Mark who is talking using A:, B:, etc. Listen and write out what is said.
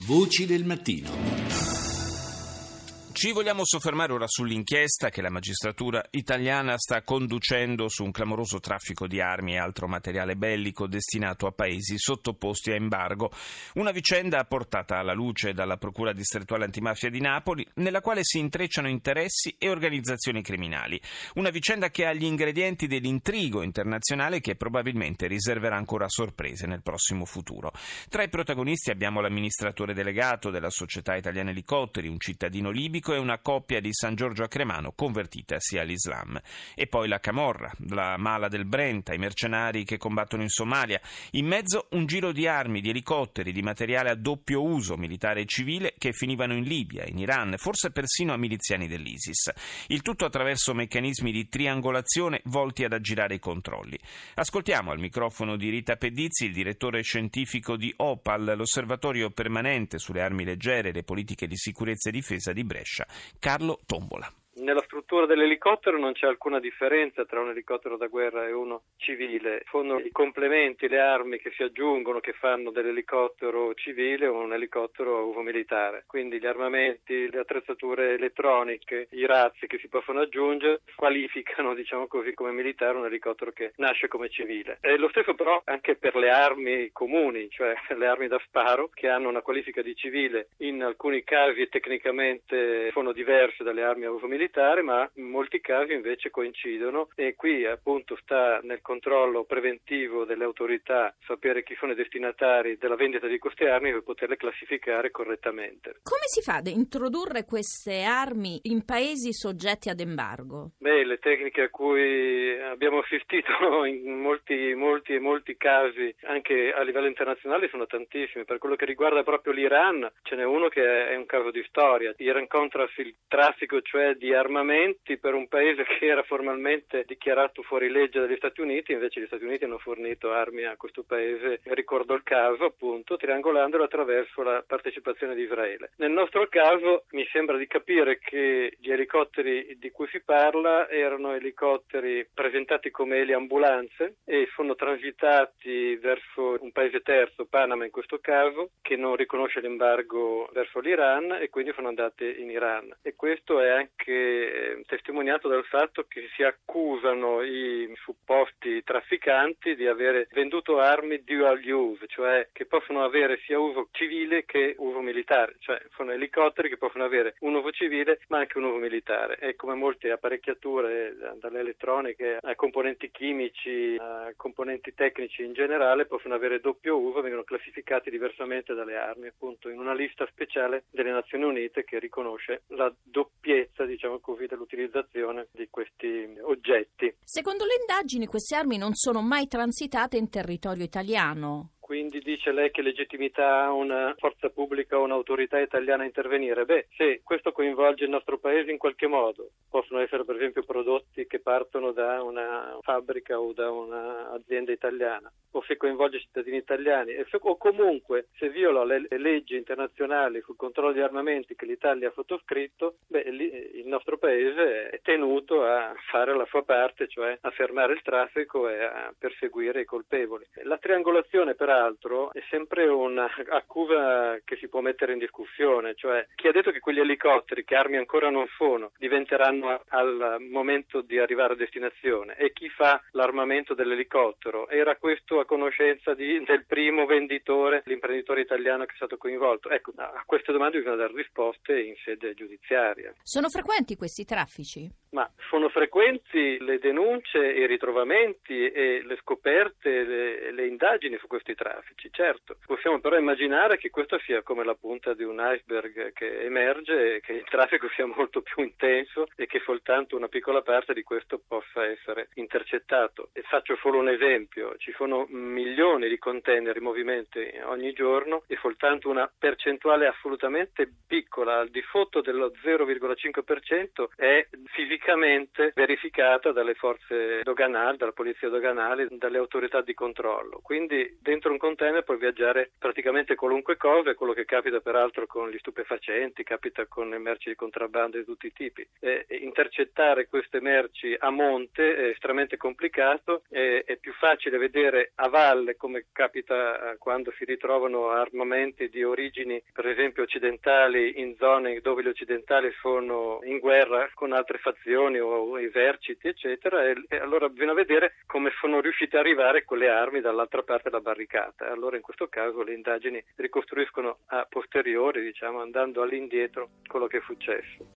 A: Voci del mattino.
B: Ci vogliamo soffermare ora sull'inchiesta che la magistratura italiana sta conducendo su un clamoroso traffico di armi e altro materiale bellico destinato a paesi sottoposti a embargo. Una vicenda portata alla luce dalla Procura distrettuale antimafia di Napoli, nella quale si intrecciano interessi e organizzazioni criminali. Una vicenda che ha gli ingredienti dell'intrigo internazionale che probabilmente riserverà ancora sorprese nel prossimo futuro. Tra i protagonisti abbiamo l'amministratore delegato della Società Italiana Elicotteri, un cittadino libico e una coppia di San Giorgio a Cremano convertitasi all'Islam. E poi la Camorra, la Mala del Brenta, i mercenari che combattono in Somalia. In mezzo un giro di armi, di elicotteri, di materiale a doppio uso, militare e civile, che finivano in Libia, in Iran, forse persino a miliziani dell'ISIS. Il tutto attraverso meccanismi di triangolazione volti ad aggirare i controlli. Ascoltiamo al microfono di Rita Pedizzi, il direttore scientifico di OPAL, l'osservatorio permanente sulle armi leggere e le politiche di sicurezza e difesa di Brescia, Carlo Tombola.
C: Nella struttura dell'elicottero non c'è alcuna differenza tra un elicottero da guerra e uno civile. Sono i complementi, le armi che si aggiungono, che fanno dell'elicottero civile un elicottero a uso militare. Quindi gli armamenti, le attrezzature elettroniche, i razzi che si possono aggiungere qualificano, diciamo così, come militare un elicottero che nasce come civile. E lo stesso però anche per le armi comuni, cioè le armi da sparo, che hanno una qualifica di civile. In alcuni casi tecnicamente sono diverse dalle armi a uso militare, ma in molti casi invece coincidono, e qui appunto sta nel controllo preventivo delle autorità sapere chi sono i destinatari della vendita di queste armi per poterle classificare correttamente.
D: Come si fa ad introdurre queste armi in paesi soggetti ad embargo?
C: Le tecniche a cui abbiamo assistito in molti casi anche a livello internazionale sono tantissime. Per quello che riguarda proprio l'Iran ce n'è uno che è un caso di storia. Iran Contras, il traffico cioè di armamenti per un paese che era formalmente dichiarato fuori legge dagli Stati Uniti, invece gli Stati Uniti hanno fornito armi a questo paese. Ricordo il caso appunto triangolandolo attraverso la partecipazione di Israele. Nel nostro caso mi sembra di capire che gli elicotteri di cui si parla erano elicotteri presentati come eliambulanze e sono transitati verso un paese terzo, Panama in questo caso, che non riconosce l'embargo verso l'Iran, e quindi sono andati in Iran. E questo è anche testimoniato dal fatto che si accusano i supposti trafficanti di avere venduto armi dual use, cioè che possono avere sia uso civile che uso militare, cioè sono elicotteri che possono avere un uso civile ma anche un uso militare, e come molte apparecchiature, dalle elettroniche a componenti chimici a componenti tecnici in generale, possono avere doppio uso, vengono classificati diversamente dalle armi, appunto in una lista speciale delle Nazioni Unite che riconosce la doppiezza, diciamo così, dell'utilizzazione di questi oggetti.
D: Secondo le indagini queste armi non sono mai transitate in territorio italiano.
C: Quindi dice lei che legittimità ha una forza pubblica o un'autorità italiana a intervenire? Se questo coinvolge il nostro paese in qualche modo, possono essere per esempio prodotti che partono da una fabbrica o da un'azienda italiana, o se coinvolge cittadini italiani, o comunque se viola le leggi internazionali sul controllo di armamenti che l'Italia ha sottoscritto, il nostro paese è tenuto a fare la sua parte, cioè a fermare il traffico e a perseguire i colpevoli. La triangolazione peraltro è sempre un'accusa che si può mettere in discussione, cioè chi ha detto che quegli elicotteri, che armi ancora non sono, diventeranno al momento di arrivare a destinazione, e chi fa l'armamento dell'elicottero? Era questo a conoscenza del primo venditore, l'imprenditore italiano che è stato coinvolto? Ecco, a queste domande bisogna dare risposte in sede giudiziaria.
D: Sono frequenti questi traffici?
C: Ma sono frequenti le denunce, i ritrovamenti e le scoperte, le indagini su questi traffici, certo. Possiamo però immaginare che questo sia come la punta di un iceberg che emerge e che il traffico sia molto più intenso e che soltanto una piccola parte di questo possa essere intercettato. E faccio solo un esempio: ci sono milioni di container in movimento ogni giorno e soltanto una percentuale assolutamente piccola, al di sotto dello 0,5%, è fisicamente verificata dalle forze doganali, dalla polizia doganale, dalle autorità di controllo. Quindi dentro un container può viaggiare praticamente qualunque cosa, è quello che capita peraltro con gli stupefacenti, capita con le merci di contrabbando di tutti i tipi. Intercettare queste merci a monte è estremamente complicato, è più facile vedere a valle, come capita quando si ritrovano armamenti di origini per esempio occidentali in zone dove gli occidentali sono in guerra con altre fazioni o eserciti eccetera, e allora bisogna vedere come sono riusciti ad arrivare con le armi dall'altra parte della barricata. Allora in questo caso le indagini ricostruiscono a posteriori, andando all'indietro quello che è successo.